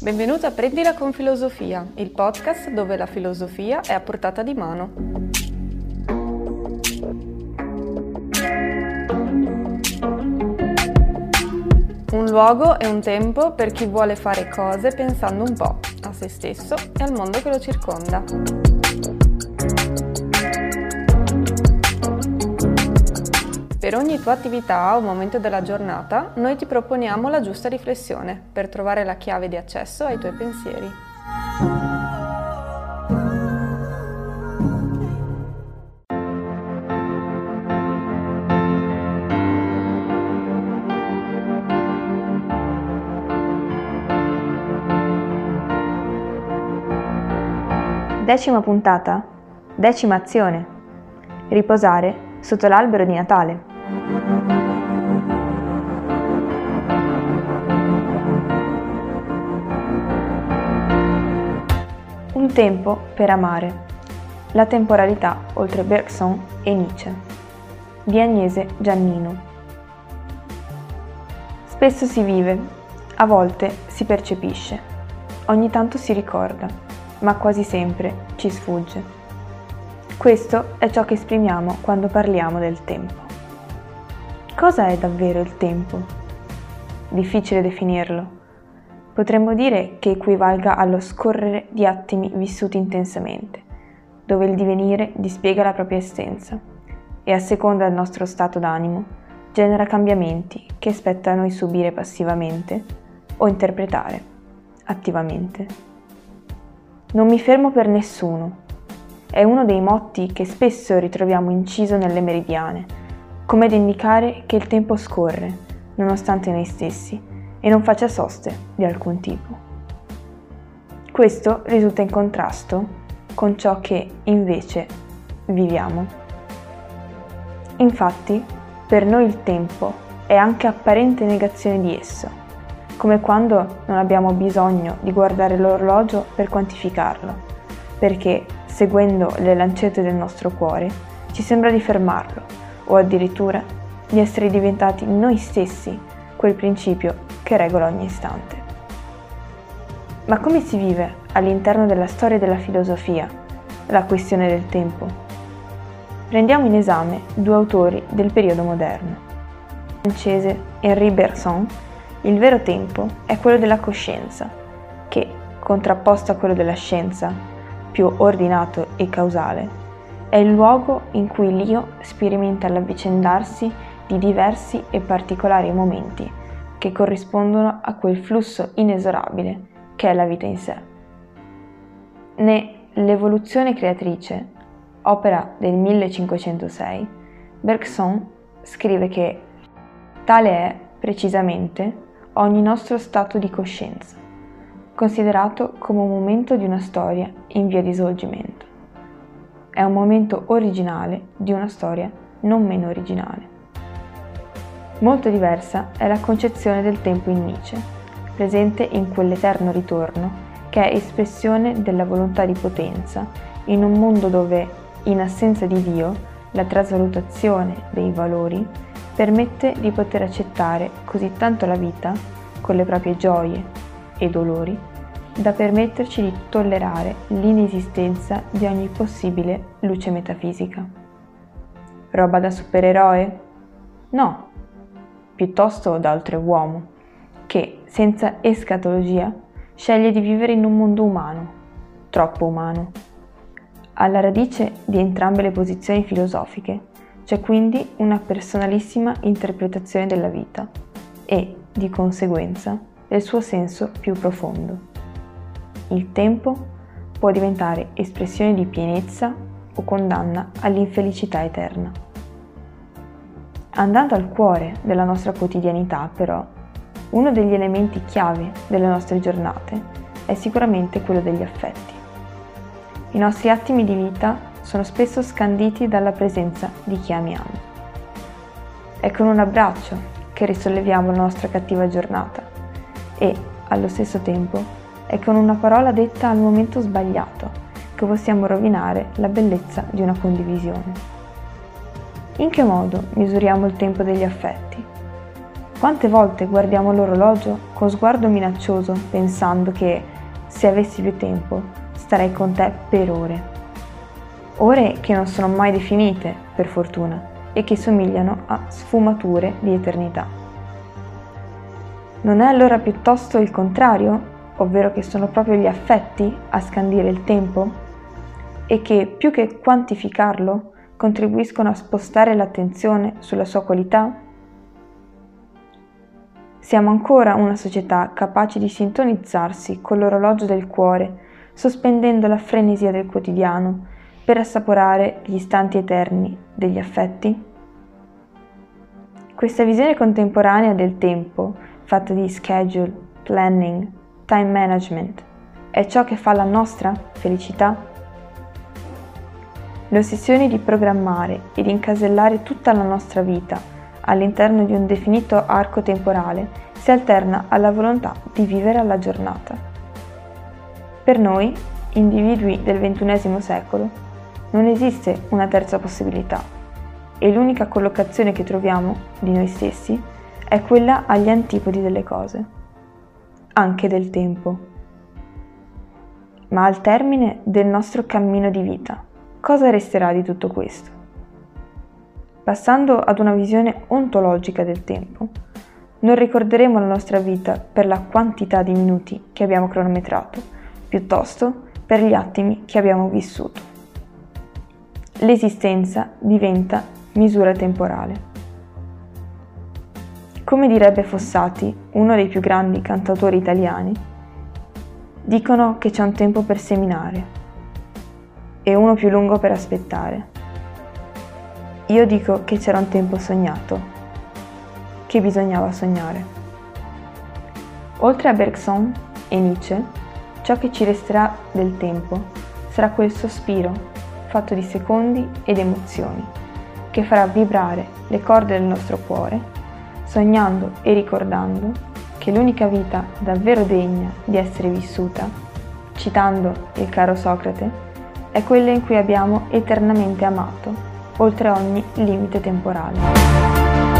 Benvenuto a Prendila con Filosofia, il podcast dove la filosofia è a portata di mano. Un luogo e un tempo per chi vuole fare cose pensando un po' a se stesso e al mondo che lo circonda. Per ogni tua attività o momento della giornata, noi ti proponiamo la giusta riflessione per trovare la chiave di accesso ai tuoi pensieri. Decima puntata, decima azione. Riposare sotto l'albero di Natale. Un tempo per amare. La temporalità oltre Bergson e Nietzsche. Di Agnese Giannino. Spesso si vive, a volte si percepisce, ogni tanto si ricorda, ma quasi sempre ci sfugge. Questo è ciò che esprimiamo quando parliamo del tempo. Cosa è davvero il tempo? Difficile definirlo. Potremmo dire che equivalga allo scorrere di attimi vissuti intensamente, dove il divenire dispiega la propria essenza e a seconda del nostro stato d'animo genera cambiamenti che spetta a noi subire passivamente o interpretare attivamente. Non mi fermo per nessuno. È uno dei motti che spesso ritroviamo inciso nelle meridiane, come ad indicare che il tempo scorre, nonostante noi stessi, e non faccia soste di alcun tipo. Questo risulta in contrasto con ciò che, invece, viviamo. Infatti, per noi il tempo è anche apparente negazione di esso, come quando non abbiamo bisogno di guardare l'orologio per quantificarlo, perché seguendo le lancette del nostro cuore, ci sembra di fermarlo o addirittura di essere diventati noi stessi quel principio che regola ogni istante. Ma come si vive all'interno della storia della filosofia la questione del tempo? Prendiamo in esame due autori del periodo moderno. Il francese Henri Bergson, il vero tempo è quello della coscienza, che, contrapposto a quello della scienza, più ordinato e causale, è il luogo in cui l'io sperimenta l'avvicendarsi di diversi e particolari momenti che corrispondono a quel flusso inesorabile che è la vita in sé. L'Evoluzione creatrice, opera del 1506, Bergson scrive che tale è, precisamente, ogni nostro stato di coscienza, considerato come un momento di una storia in via di svolgimento. È un momento originale di una storia non meno originale. Molto diversa è la concezione del tempo in Nietzsche, presente in quell'eterno ritorno che è espressione della volontà di potenza in un mondo dove, in assenza di Dio, la trasvalutazione dei valori permette di poter accettare così tanto la vita, con le proprie gioie e dolori, da permetterci di tollerare l'inesistenza di ogni possibile luce metafisica. Roba da supereroe? No, piuttosto da oltreuomo, che, senza escatologia, sceglie di vivere in un mondo umano, troppo umano. Alla radice di entrambe le posizioni filosofiche c'è quindi una personalissima interpretazione della vita e, di conseguenza, del suo senso più profondo. Il tempo può diventare espressione di pienezza o condanna all'infelicità eterna. Andando al cuore della nostra quotidianità, però, uno degli elementi chiave delle nostre giornate è sicuramente quello degli affetti. I nostri attimi di vita sono spesso scanditi dalla presenza di chi amiamo. È con un abbraccio che risolleviamo la nostra cattiva giornata e, allo stesso tempo, è con una parola detta al momento sbagliato che possiamo rovinare la bellezza di una condivisione. In che modo misuriamo il tempo degli affetti? Quante volte guardiamo l'orologio con sguardo minaccioso pensando che, se avessi più tempo, starei con te per ore. Ore che non sono mai definite, per fortuna, e che somigliano a sfumature di eternità. Non è allora piuttosto il contrario, ovvero che sono proprio gli affetti a scandire il tempo e che, più che quantificarlo, contribuiscono a spostare l'attenzione sulla sua qualità? Siamo ancora una società capace di sintonizzarsi con l'orologio del cuore, sospendendo la frenesia del quotidiano per assaporare gli istanti eterni degli affetti? Questa visione contemporanea del tempo, fatta di schedule, planning, time management, è ciò che fa la nostra felicità? L'ossessione di programmare e di incasellare tutta la nostra vita all'interno di un definito arco temporale si alterna alla volontà di vivere alla giornata. Per noi, individui del XXI secolo, non esiste una terza possibilità e l'unica collocazione che troviamo di noi stessi è quella agli antipodi delle cose, anche del tempo. Ma al termine del nostro cammino di vita, cosa resterà di tutto questo? Passando ad una visione ontologica del tempo, non ricorderemo la nostra vita per la quantità di minuti che abbiamo cronometrato, piuttosto per gli attimi che abbiamo vissuto. L'esistenza diventa misura temporale. Come direbbe Fossati, uno dei più grandi cantautori italiani, dicono che c'è un tempo per seminare e uno più lungo per aspettare. Io dico che c'era un tempo sognato, che bisognava sognare. Oltre a Bergson e Nietzsche, ciò che ci resterà del tempo sarà quel sospiro fatto di secondi ed emozioni, che farà vibrare le corde del nostro cuore, sognando e ricordando che l'unica vita davvero degna di essere vissuta, citando il caro Socrate, è quella in cui abbiamo eternamente amato, oltre ogni limite temporale.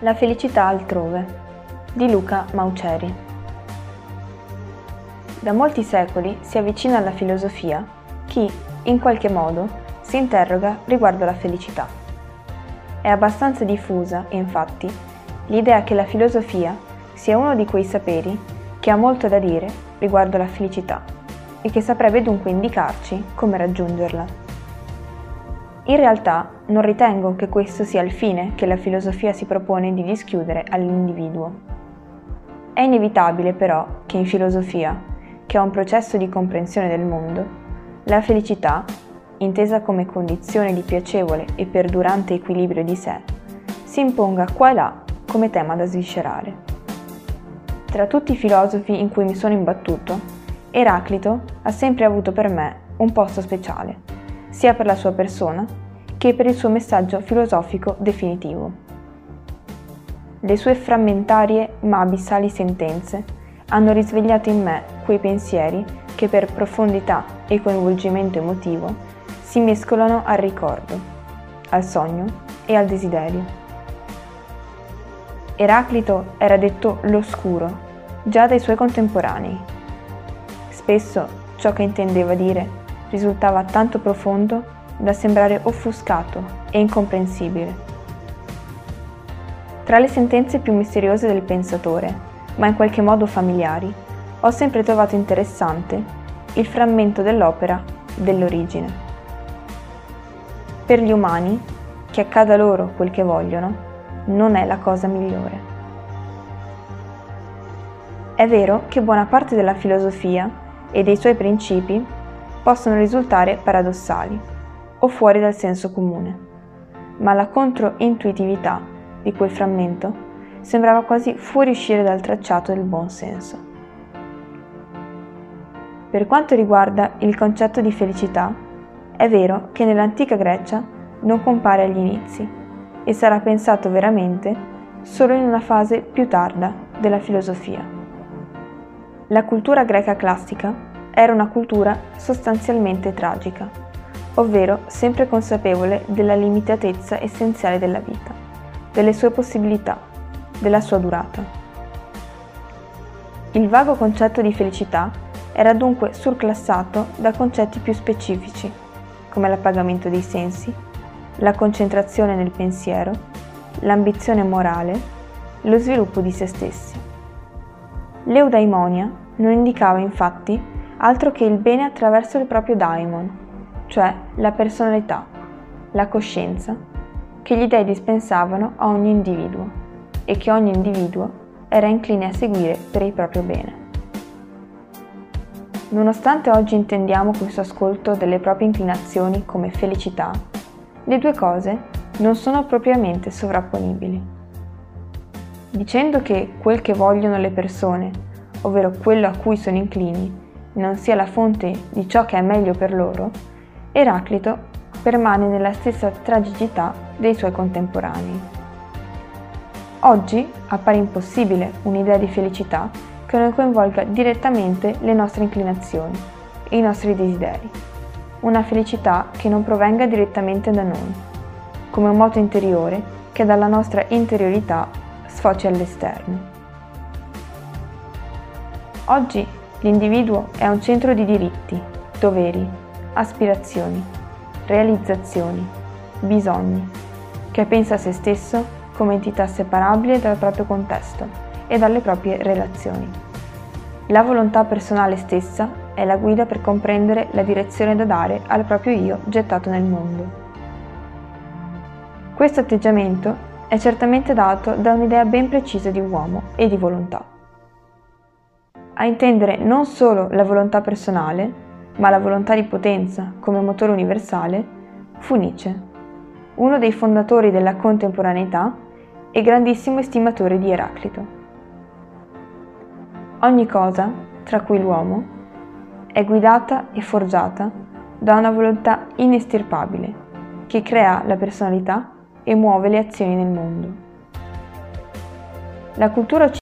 La felicità altrove di Luca Mauceri. Da molti secoli si avvicina alla filosofia chi, in qualche modo, si interroga riguardo alla felicità. È abbastanza diffusa, infatti, l'idea che la filosofia sia uno di quei saperi che ha molto da dire riguardo alla felicità e che saprebbe dunque indicarci come raggiungerla. In realtà non ritengo che questo sia il fine che la filosofia si propone di dischiudere all'individuo. È inevitabile però che in filosofia, che è un processo di comprensione del mondo, la felicità, intesa come condizione di piacevole e perdurante equilibrio di sé, si imponga qua e là come tema da sviscerare. Tra tutti i filosofi in cui mi sono imbattuto, Eraclito ha sempre avuto per me un posto speciale, sia per la sua persona che per il suo messaggio filosofico definitivo. Le sue frammentarie ma abissali sentenze hanno risvegliato in me quei pensieri che per profondità e coinvolgimento emotivo si mescolano al ricordo, al sogno e al desiderio. Eraclito era detto l'oscuro già dai suoi contemporanei. Spesso ciò che intendeva dire risultava tanto profondo da sembrare offuscato e incomprensibile. Tra le sentenze più misteriose del pensatore, ma in qualche modo familiari, ho sempre trovato interessante il frammento dell'opera dell'origine. Per gli umani, che accada loro quel che vogliono, non è la cosa migliore. È vero che buona parte della filosofia e dei suoi principi possono risultare paradossali o fuori dal senso comune, ma la controintuitività di quel frammento sembrava quasi fuoriuscire dal tracciato del buon senso. Per quanto riguarda il concetto di felicità, è vero che nell'antica Grecia non compare agli inizi e sarà pensato veramente solo in una fase più tarda della filosofia. La cultura greca classica era una cultura sostanzialmente tragica, ovvero sempre consapevole della limitatezza essenziale della vita, delle sue possibilità, della sua durata. Il vago concetto di felicità era dunque surclassato da concetti più specifici, come l'appagamento dei sensi, la concentrazione nel pensiero, l'ambizione morale, lo sviluppo di se stessi. L'eudaimonia non indicava infatti altro che il bene attraverso il proprio daimon, cioè la personalità, la coscienza, che gli dei dispensavano a ogni individuo e che ogni individuo era incline a seguire per il proprio bene. Nonostante oggi intendiamo questo ascolto delle proprie inclinazioni come felicità, le due cose non sono propriamente sovrapponibili. Dicendo che quel che vogliono le persone, ovvero quello a cui sono inclini, non sia la fonte di ciò che è meglio per loro, Eraclito permane nella stessa tragicità dei suoi contemporanei. Oggi appare impossibile un'idea di felicità che non coinvolga direttamente le nostre inclinazioni e i nostri desideri, una felicità che non provenga direttamente da noi, come un moto interiore che dalla nostra interiorità sfoci all'esterno. Oggi l'individuo è un centro di diritti, doveri, aspirazioni, realizzazioni, bisogni, che pensa a se stesso come entità separabile dal proprio contesto e dalle proprie relazioni. La volontà personale stessa è la guida per comprendere la direzione da dare al proprio io gettato nel mondo. Questo atteggiamento è certamente dato da un'idea ben precisa di uomo e di volontà. A intendere non solo la volontà personale, ma la volontà di potenza come motore universale, fu Nietzsche, uno dei fondatori della contemporaneità e grandissimo estimatore di Eraclito. Ogni cosa, tra cui l'uomo, è guidata e forgiata da una volontà inestirpabile che crea la personalità e muove le azioni nel mondo. La cultura occidentale